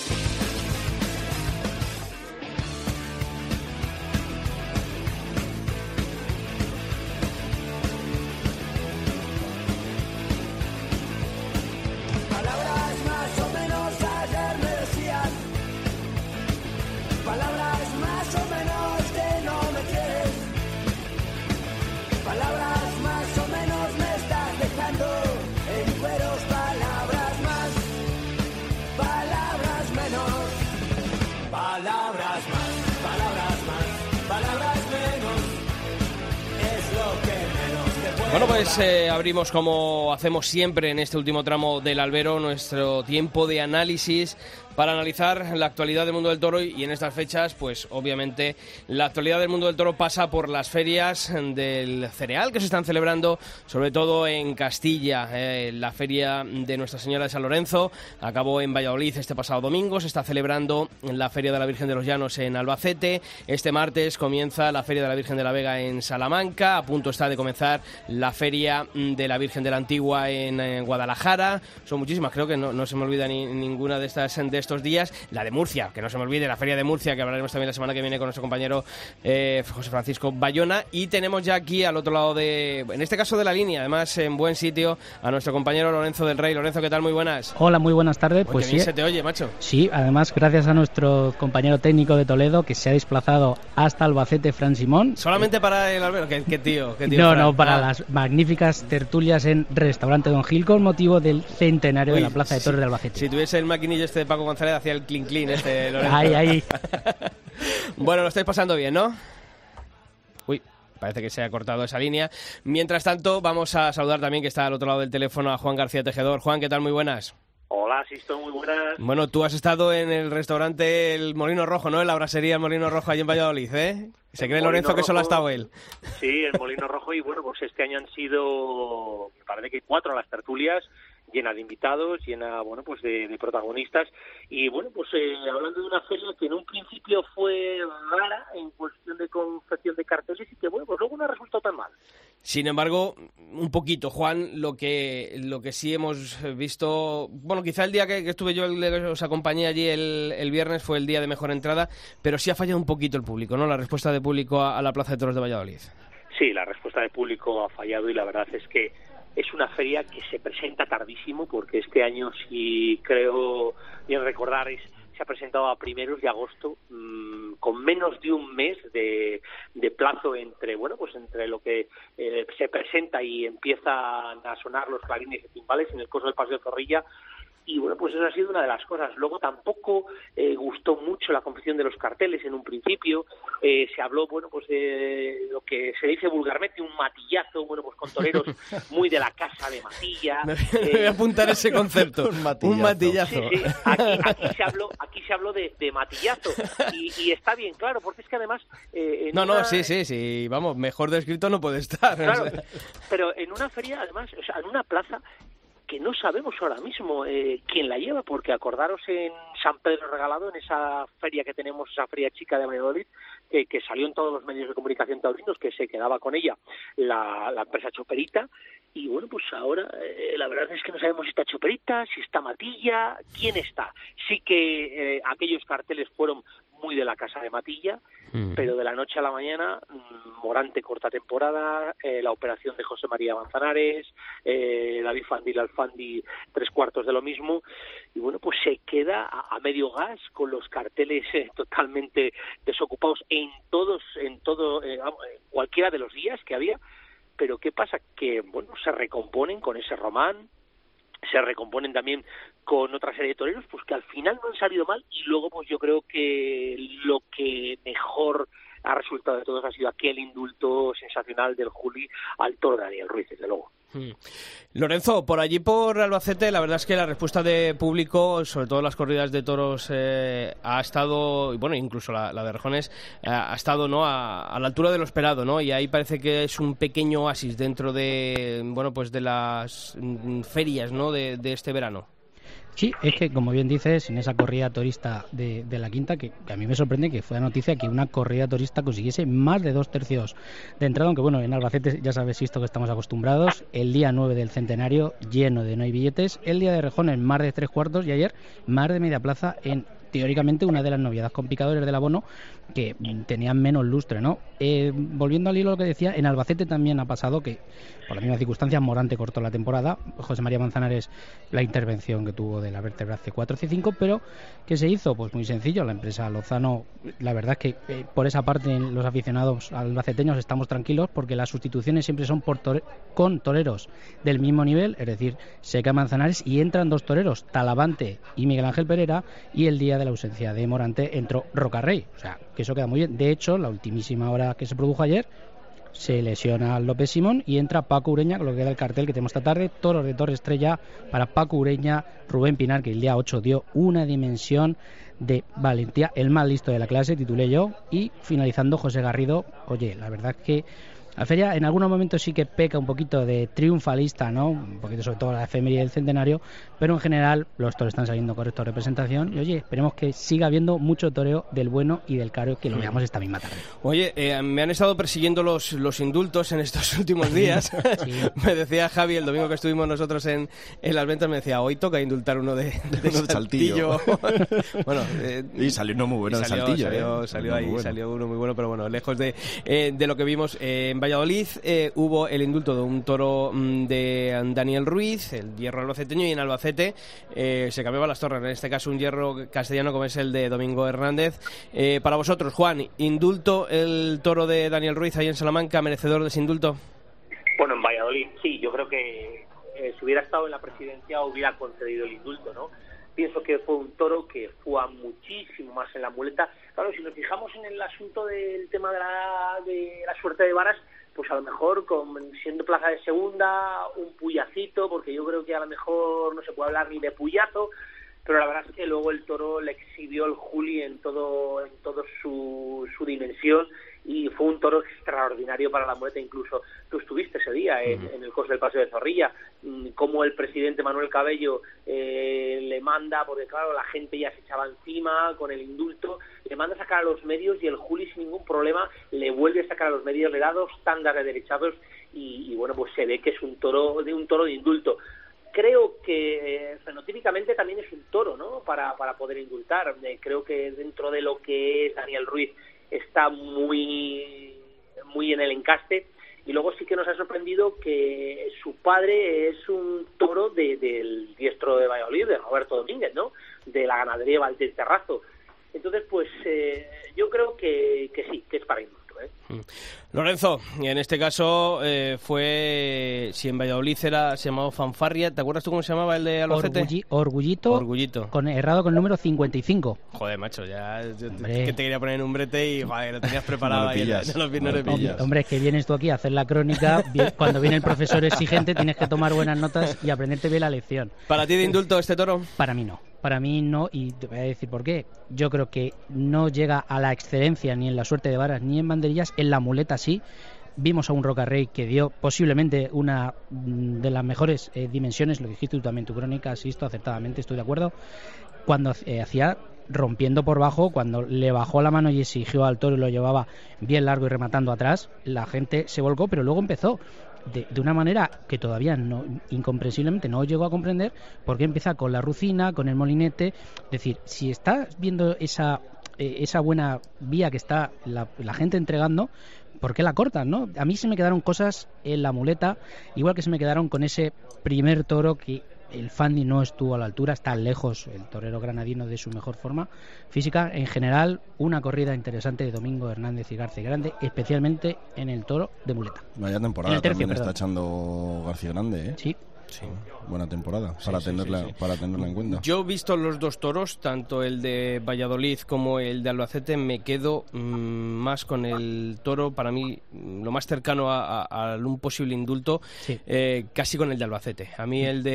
Bueno, pues abrimos, como hacemos siempre en este último tramo del Albero, nuestro tiempo de análisis para analizar la actualidad del mundo del toro, y en estas fechas, pues obviamente la actualidad del mundo del toro pasa por las ferias del cereal que se están celebrando, sobre todo en Castilla. La feria de Nuestra Señora de San Lorenzo acabó en Valladolid este pasado domingo, se está celebrando la feria de la Virgen de los Llanos en Albacete, este martes comienza la feria de la Virgen de la Vega en Salamanca, a punto está de comenzar la feria de la Virgen de la Antigua en Guadalajara. Son muchísimas, creo que no se me olvida ninguna de estos días. La de Murcia, que no se me olvide, la feria de Murcia, que hablaremos también la semana que viene con nuestro compañero José Francisco Bayona. Y tenemos ya aquí al otro lado en este caso de la línea, además en buen sitio, a nuestro compañero Lorenzo del Rey. Lorenzo, ¿qué tal? Muy buenas. Hola, muy buenas tardes. Oye, pues bien sí, se te oye, macho. Sí, además gracias a nuestro compañero técnico de Toledo que se ha desplazado hasta Albacete, Fran Simón. Solamente para el Albero, qué tío. No, para las magníficas tertulias en Restaurante Don Gil con motivo del centenario de la Plaza de Toros de Albacete. Si tuviese el maquinillo este de Paco González, hacía el clean Lorenzo. Ahí. Bueno, lo estáis pasando bien, ¿no? Uy, parece que se ha cortado esa línea. Mientras tanto, vamos a saludar también, que está al otro lado del teléfono, a Juan García Tejedor. Juan, ¿qué tal? Muy buenas. Hola, Sisto, muy buenas. Bueno, tú has estado en el restaurante El Molino Rojo, ¿no? En la brasería El Molino Rojo, ahí en Valladolid, ¿eh? Se cree Lorenzo que solo ha estado él. Sí, el Molino Rojo, y bueno, pues este año han sido, me parece que 4 las tertulias, llena de invitados, llena, bueno, pues de protagonistas, y bueno, pues hablando de una feria que en un principio fue rara en cuestión de confección de carteles y que, bueno, pues luego no ha resultado tan mal. Sin embargo, un poquito, Juan, lo que sí hemos visto, bueno, quizá el día que estuve yo, os acompañé allí el viernes, fue el día de mejor entrada, pero sí ha fallado un poquito el público, ¿no? La respuesta de público a la Plaza de Toros de Valladolid. Sí, la respuesta del público ha fallado, y la verdad es que es una feria que se presenta tardísimo, porque este año, si creo bien recordar, se ha presentado a primeros de agosto, con menos de un mes de plazo entre lo que se presenta y empiezan a sonar los clarines y timbales en el coso del Paseo de Zorrilla. Y bueno, pues esa ha sido una de las cosas. Luego tampoco gustó mucho mucho la confección de los carteles en un principio, se habló, bueno, pues de lo que se dice vulgarmente un matillazo, bueno, pues con toreros muy de la casa de Matilla. Me voy a apuntar ese concepto, un matillazo. Sí, aquí se habló de matillazo, y está bien, claro, porque es que además... Sí, vamos, mejor descrito no puede estar. Claro, o sea. Pero en una feria, además, o sea, en una plaza que no sabemos ahora mismo quién la lleva, porque acordaros en San Pedro Regalado, en esa feria que tenemos, esa feria chica de Valladolid, que salió en todos los medios de comunicación taurinos, que se quedaba con ella la empresa Choperita, y bueno, pues ahora la verdad es que no sabemos si está Choperita, si está Matilla, quién está. Sí que aquellos carteles fueron muy de la casa de Matilla, pero de la noche a la mañana, Morante corta temporada, la operación de José María Manzanares, David Fandil Alfandi 3/4 de lo mismo, y bueno, pues se queda a medio gas con los carteles totalmente desocupados en cualquiera de los días que había. Pero ¿qué pasa? Que, bueno, se recomponen con ese Román, se recomponen también con otra serie de toreros, pues que al final no han salido mal, y luego pues yo creo que lo que mejor ha resultado de todos ha sido aquel indulto sensacional del Juli al toro de Daniel Ruiz, desde luego. Lorenzo, por allí por Albacete, la verdad es que la respuesta de público, sobre todo las corridas de toros, ha estado, y bueno, incluso la de Rejones, ha estado, ¿no?, a la altura de lo esperado, ¿no? Y ahí parece que es un pequeño oasis dentro de, bueno, pues de las ferias, ¿no?, de este verano. Sí, es que, como bien dices, en esa corrida torista de la Quinta, que a mí me sorprende que fue la noticia que una corrida torista consiguiese más de 2/3 de entrada, aunque bueno, en Albacete ya sabes esto que estamos acostumbrados, el día 9 del centenario lleno de no hay billetes, el día de Rejones más de 3/4 y ayer más de media plaza en teóricamente una de las novedades con picadores del abono que tenían menos lustre, ¿no? Volviendo al hilo lo que decía, en Albacete también ha pasado que, por las mismas circunstancias, Morante cortó la temporada, José María Manzanares la intervención que tuvo de la vértebra C4, C5, pero ¿qué se hizo? Pues muy sencillo, la empresa Lozano, la verdad es que por esa parte los aficionados albaceteños estamos tranquilos porque las sustituciones siempre son con toreros del mismo nivel, es decir, Seca Manzanares, y entran dos toreros, Talavante y Miguel Ángel Pereira, y el día de la ausencia de Morante entró Rocarrey, o sea, que eso queda muy bien. De hecho, la ultimísima hora que se produjo ayer, se lesiona López Simón y entra Paco Ureña, con lo que queda el cartel que tenemos esta tarde, toros de Torre Estrella para Paco Ureña, Rubén Pinar, que el día 8 dio una dimensión de valentía, el más listo de la clase, titulé yo, y finalizando José Garrido. Oye, la verdad es que la feria en algunos momentos sí que peca un poquito de triunfalista, ¿no? Un poquito sobre todo la efeméride del centenario, pero en general los toros están saliendo correctos de representación y oye, esperemos que siga habiendo mucho toreo del bueno y del caro, que lo veamos esta misma tarde. Oye, me han estado persiguiendo los indultos en estos últimos días. Sí. Me decía Javi el domingo que estuvimos nosotros en las ventas, me decía, hoy toca indultar uno de Saltillo. Bueno, y salió uno muy bueno de Saltillo. Salió uno muy bueno, pero bueno, lejos de lo que vimos en Valladolid. Hubo el indulto de un toro de Daniel Ruiz, el hierro albaceteño, y en Albacete se cambiaban las torres, en este caso un hierro castellano como es el de Domingo Hernández. Para vosotros, Juan, ¿indulto el toro de Daniel Ruiz ahí en Salamanca, merecedor de ese indulto? Bueno, en Valladolid sí, yo creo que si hubiera estado en la presidencia hubiera concedido el indulto, ¿no? Pienso que fue un toro que fue muchísimo más en la muleta. Claro, si nos fijamos en el asunto del tema de la suerte de varas, pues a lo mejor siendo plaza de segunda, un puyacito, porque yo creo que a lo mejor no se puede hablar ni de puyazo, pero la verdad es que luego el toro le exhibió el Juli en todo su dimensión, y fue un toro extraordinario para la muleta. Incluso tú estuviste ese día en el coso del Paseo de Zorrilla, como el presidente Manuel Cabello le manda, porque claro, la gente ya se echaba encima con el indulto, le manda a sacar a los medios y el Juli sin ningún problema le vuelve a sacar a los medios, le da 2 tandas de derechados y bueno, pues se ve que es un toro de indulto. Creo que fenotípicamente también es un toro, ¿no?, para poder indultar. Creo que dentro de lo que es Daniel Ruiz está muy en el encaste, y luego sí que nos ha sorprendido que su padre es un toro del diestro de Valladolid, de Roberto Domínguez, ¿no?, de la ganadería Valterrazo. Entonces, pues yo creo que sí, que es para indulto. Lorenzo, en este caso fue, si en Valladolid se llamaba Fanfarria, ¿te acuerdas tú cómo se llamaba el de Albacete? Orgullito. Errado con el número 55. Joder, macho, ya que te quería poner en un brete y joder, lo tenías preparado. No le pillas. Hombre, es que vienes tú aquí a hacer la crónica, cuando viene el profesor exigente tienes que tomar buenas notas y aprenderte bien la lección. ¿Para ti de indulto este toro? Para mí no, y te voy a decir por qué. Yo creo que no llega a la excelencia ni en la suerte de varas ni en banderillas. En la muleta sí. Vimos a un Rocarrey que dio posiblemente una de las mejores dimensiones, lo dijiste tú también en tu crónica, asisto acertadamente, estoy de acuerdo, cuando hacía rompiendo por bajo, cuando le bajó la mano y exigió al toro y lo llevaba bien largo y rematando atrás, la gente se volcó, pero luego empezó de una manera que todavía no, incomprensiblemente no llegó a comprender, porque empieza con la rucina, con el molinete. Es decir, si estás viendo esa buena vía que está la gente entregando, ¿por qué la cortan, no? A mí se me quedaron cosas en la muleta, igual que se me quedaron con ese primer toro que el Fandi no estuvo a la altura, está lejos el torero granadino de su mejor forma física. En general, una corrida interesante de Domingo Hernández y García Grande, especialmente en el toro de muleta. Vaya temporada también está echando García Grande, ¿eh? Sí. Sí, buena temporada para tenerla en cuenta. Yo, visto los dos toros, tanto el de Valladolid como el de Albacete, me quedo más con el toro, para mí, lo más cercano a un posible indulto, casi con el de Albacete. A mí el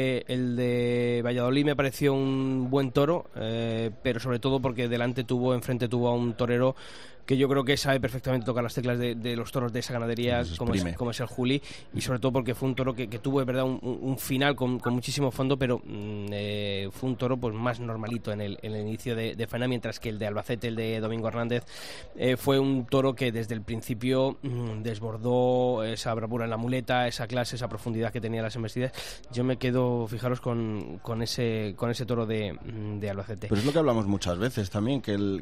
de Valladolid me pareció un buen toro, pero sobre todo porque enfrente tuvo a un torero que yo creo que sabe perfectamente tocar las teclas de los toros de esa ganadería, como es el Juli, y sobre todo porque fue un toro que tuvo, de verdad, un final con muchísimo fondo, pero fue un toro pues más normalito en el inicio de faena, mientras que el de Albacete, el de Domingo Hernández, fue un toro que desde el principio desbordó esa bravura en la muleta, esa clase, esa profundidad que tenía las embestidas. Yo me quedo, fijaros, con ese toro de Albacete. Pero es lo que hablamos muchas veces también, que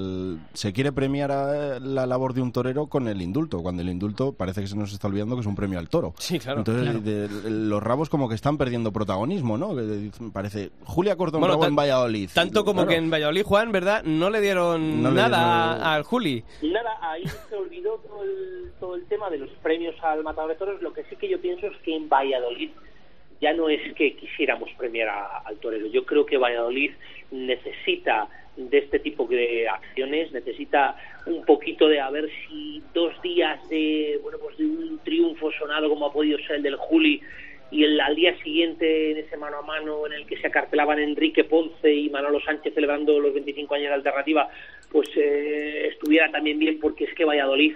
se quiere premiar la labor de un torero con el indulto, cuando el indulto parece que se nos está olvidando que es un premio al toro. Sí, claro. Entonces los rabos como que están perdiendo protagonismo, ¿no? Parece Julia cortó un rabo en Valladolid. Tanto como que en Valladolid, Juan, ¿verdad? No le dieron nada al Juli. Nada, ahí se olvidó todo el tema de los premios al matador de toros. Lo que sí que yo pienso es que en Valladolid ya no es que quisiéramos premiar al torero. Yo creo que Valladolid necesita de este tipo de acciones, necesita un poquito de a ver si 2 días de un triunfo sonado como ha podido ser el del Juli, y al día siguiente en ese mano a mano en el que se acartelaban Enrique Ponce y Manolo Sánchez celebrando los 25 años de Alternativa, pues estuviera también bien, porque es que Valladolid,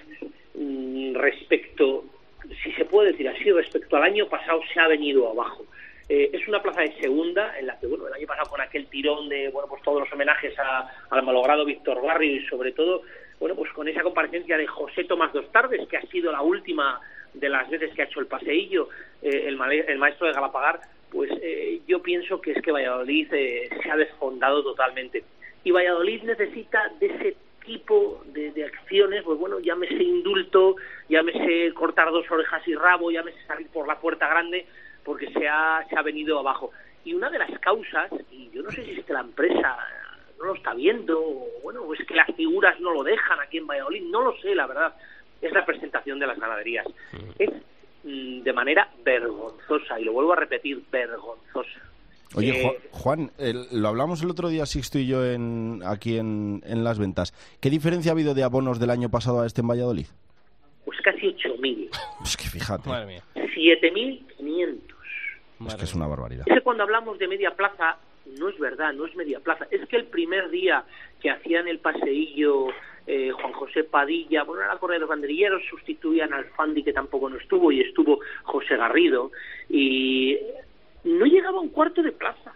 respecto, si se puede decir así, respecto al año pasado, se ha venido abajo. Es una plaza de segunda en la que, el año pasado, con aquel tirón de, todos los homenajes al malogrado Víctor Barrio, y sobre todo, con esa comparecencia de José Tomás Dos Tardes, que ha sido la última de las veces que ha hecho el paseillo, el maestro de Galapagar, pues yo pienso que es que Valladolid se ha desfondado totalmente. Y Valladolid necesita de ese tipo de acciones, llámese indulto, llámese cortar 2 orejas y rabo, llámese salir por la puerta grande, porque se ha venido abajo. Y una de las causas, y yo no sé si es que la empresa no lo está viendo, o es que las figuras no lo dejan aquí en Valladolid, no lo sé, la verdad, es la presentación de las ganaderías. Es de manera vergonzosa, y lo vuelvo a repetir, vergonzosa. Oye, Juan, lo hablamos el otro día, Sixto y yo, aquí en Las Ventas. ¿Qué diferencia ha habido de abonos del año pasado a este en Valladolid? Pues casi 8.000. Pues que fíjate. Madre mía. 7.500. Es que es una barbaridad. Es que cuando hablamos de media plaza, no es verdad, no es media plaza. Es que el primer día que hacían el paseillo Juan José Padilla, era la correa de los banderilleros, sustituían al Fandi, que tampoco no estuvo, y estuvo José Garrido, y no llegaba a un cuarto de plaza.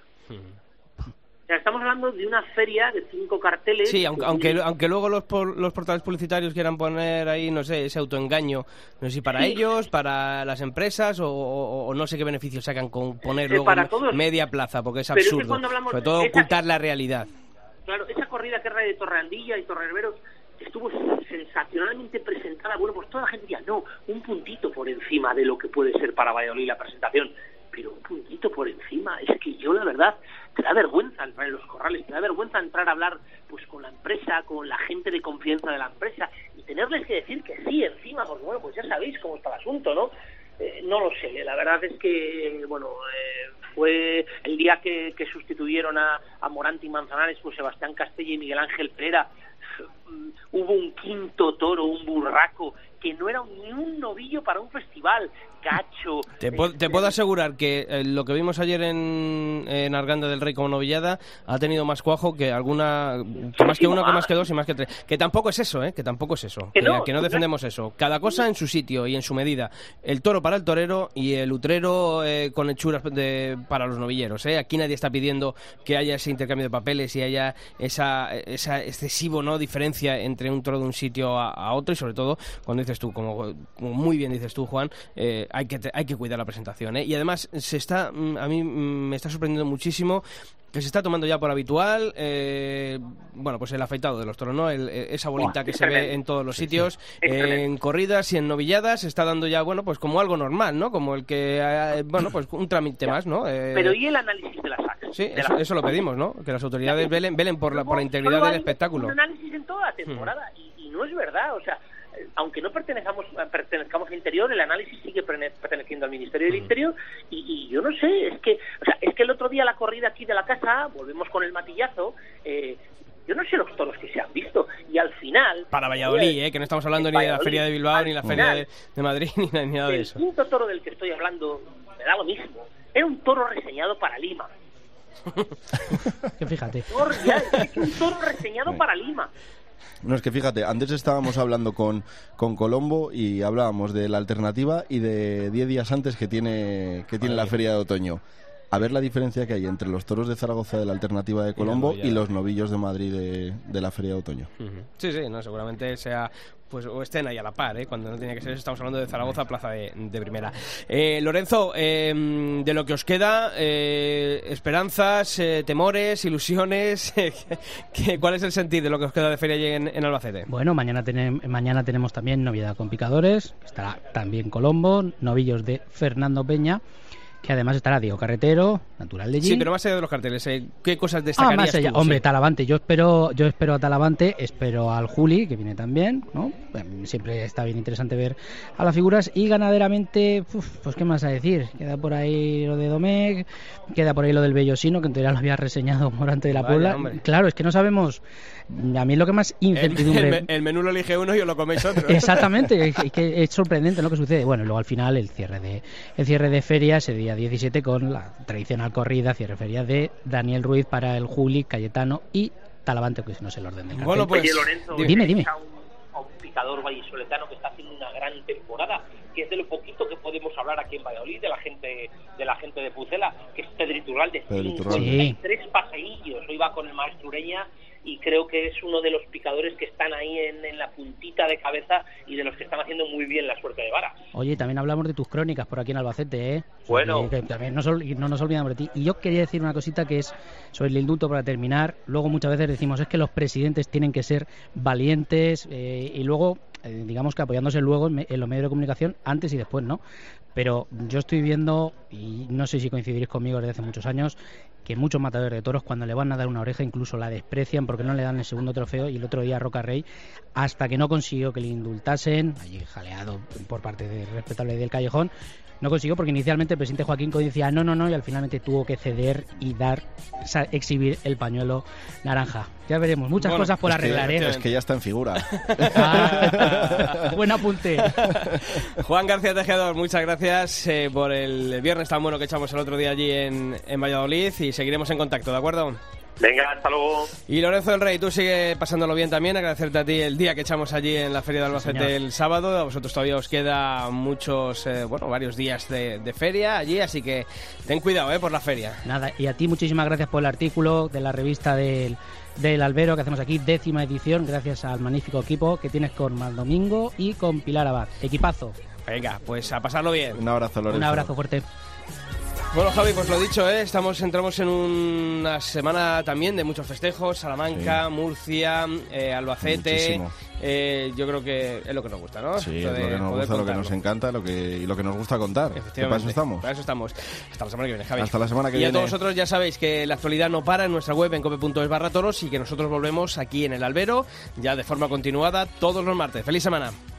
O sea, estamos hablando de una feria de 5 carteles. Sí, aunque luego los portales publicitarios quieran poner ahí, no sé, ese autoengaño, no sé si para ellos, para las empresas, o no sé qué beneficios sacan con poner luego media plaza, porque es absurdo. Sobre todo ocultar la realidad. Claro, esa corrida que era de Torreandilla y Torreherberos estuvo sensacionalmente presentada. Pues toda la gente decía, no, un puntito por encima de lo que puede ser para Valladolid la presentación. pero un puntito por encima. Es que yo, la verdad, te da vergüenza entrar en los corrales, te da vergüenza entrar a hablar pues con la empresa, con la gente de confianza de la empresa, y tenerles que decir que sí encima, porque bueno, pues ya sabéis cómo está el asunto, ¿no? No lo sé, la verdad es que, bueno, fue el día que sustituyeron a Morante y Manzanares, pues Sebastián Castella y Miguel Ángel Pereira. Hubo un quinto toro, un burraco, que no era ni un novillo para un festival, gacho. Te puedo asegurar que lo que vimos ayer en Arganda del Rey como novillada ha tenido más cuajo que alguna, que más que uno, que más que dos y más que tres. Que tampoco es eso, que tampoco es eso. Que no defendemos eso. Cada cosa en su sitio y en su medida. El toro para el torero y el utrero con hechuras para los novilleros. Aquí nadie está pidiendo que haya ese intercambio de papeles y haya esa excesivo, ¿no?, diferencia entre un toro de un sitio a otro, y sobre todo cuando dices tú, como muy bien dices tú, Juan, hay que cuidar la presentación, y además a mí me está sorprendiendo muchísimo que se está tomando ya por habitual, bueno, pues el afeitado de los toros, ¿no? Esa bolita que se ve en todos los sitios, en corridas y en novilladas, se está dando ya, bueno, pues como algo normal, ¿no? Como el que, bueno, pues un trámite más, ¿no? Pero ¿y el análisis de las SAC? Sí, eso lo pedimos, ¿no? Que las autoridades velen por la integridad del espectáculo. Un análisis en toda la temporada, y no es verdad, o sea, aunque no pertenezcamos al interior, el análisis sigue perteneciendo al Ministerio del Interior, y yo no sé, es que el otro día la corrida aquí de la casa, volvemos con el matillazo, yo no sé los toros que se han visto, y al final... Para Valladolid, que no estamos hablando ni de la Feria de Bilbao, ni la Feria de Madrid, ni nada de eso. El quinto toro del que estoy hablando me da lo mismo, era un toro reseñado para Lima. Que fíjate. Un toro reseñado para Lima. No, es que fíjate, antes estábamos hablando con Colombo y hablábamos de la alternativa y de 10 días antes que tiene la Feria de Otoño. A ver la diferencia que hay entre los toros de Zaragoza de la alternativa de Colombo y los novillos de Madrid de la Feria de Otoño. Sí, no, seguramente sea, pues, o estén ahí a la par, cuando no tenía que ser. Estamos hablando de Zaragoza, plaza de primera. Lorenzo, de lo que os queda, esperanzas, temores, ilusiones, ¿cuál es el sentir de lo que os queda de feria allí en Albacete? Bueno, mañana tenemos también novedad con picadores, estará también Colombo, novillos de Fernando Peña, que además estará Diego Carretero, natural de allí. Sí, pero más allá de los carteles, ¿qué cosas destacarías más allá. tú? Hombre, sí. Talavante, yo espero a Talavante, espero al Juli, que viene también, ¿no? Siempre está bien interesante ver a las figuras, y ganaderamente, pues qué más a decir, queda por ahí lo de Domecq, queda por ahí lo del Bellosino, que en teoría lo había reseñado Morante de la Puebla. Hombre. Claro, es que no sabemos, a mí lo que más incertidumbre... El menú lo elige uno y os lo coméis otro. Exactamente, es sorprendente lo que sucede. Bueno, y luego al final el cierre de feria ese día 17 con la tradicional corrida, cierre feria de Daniel Ruiz para el Juli, Cayetano y Talavante, que no sé el orden del cartel. Bueno, pues oye, Lorenzo, dime. A un picador vallisoletano que está haciendo una gran temporada, que es de lo poquito que podemos hablar aquí en Valladolid, de la gente de Pucela, que es Pedro Iturralde. Sí. 3 paseillos, hoy va con el maestro Ureña, y creo que es uno de los picadores que están ahí en la puntita de cabeza y de los que están haciendo muy bien la suerte de varas. Oye, también hablamos de tus crónicas por aquí en Albacete, Bueno. Que también no nos olvidamos de ti. Y yo quería decir una cosita que es sobre el indulto para terminar. Luego muchas veces decimos es que los presidentes tienen que ser valientes, y luego digamos que apoyándose luego en los medios de comunicación antes y después, ¿no? Pero yo estoy viendo, y no sé si coincidiréis conmigo desde hace muchos años, que muchos matadores de toros, cuando le van a dar una oreja, incluso la desprecian porque no le dan el segundo trofeo. Y el otro día Roca Rey, hasta que no consiguió que le indultasen, allí jaleado por parte del respetable del Callejón, no consiguió, porque inicialmente el presidente Joaquín Coy decía no, y al finalmente tuvo que ceder y exhibir el pañuelo naranja. Ya veremos, muchas cosas por arreglar, Es que ya está en figura. Buen apunte. Juan García Tejedor, muchas gracias por el viernes tan bueno que echamos el otro día allí en Valladolid, y seguiremos en contacto, ¿de acuerdo? Venga, hasta luego. Y Lorenzo del Rey, tú sigue pasándolo bien también. Agradecerte a ti el día que echamos allí en la Feria de Albacete el sábado. A vosotros todavía os queda varios días de feria allí, así que ten cuidado por la feria. Nada, y a ti muchísimas gracias por el artículo de la revista del Albero que hacemos aquí, 10ª edición, gracias al magnífico equipo que tienes con Maldomingo y con Pilar Abad. Equipazo. Venga, pues a pasarlo bien. Un abrazo, Lorenzo. Un abrazo fuerte. Bueno, Javi, pues lo dicho, entramos en una semana también de muchos festejos. Salamanca, sí. Murcia, Albacete, yo creo que es lo que nos gusta, ¿no? Sí, es lo que nos gusta, lo que nos encanta y lo que nos gusta contar. Efectivamente. Para eso estamos. Hasta la semana que viene, Javi. Hasta la semana que viene. Y a todos vosotros ya sabéis que la actualidad no para en nuestra web en cope.es/toros y que nosotros volvemos aquí en el Albero ya de forma continuada todos los martes. ¡Feliz semana!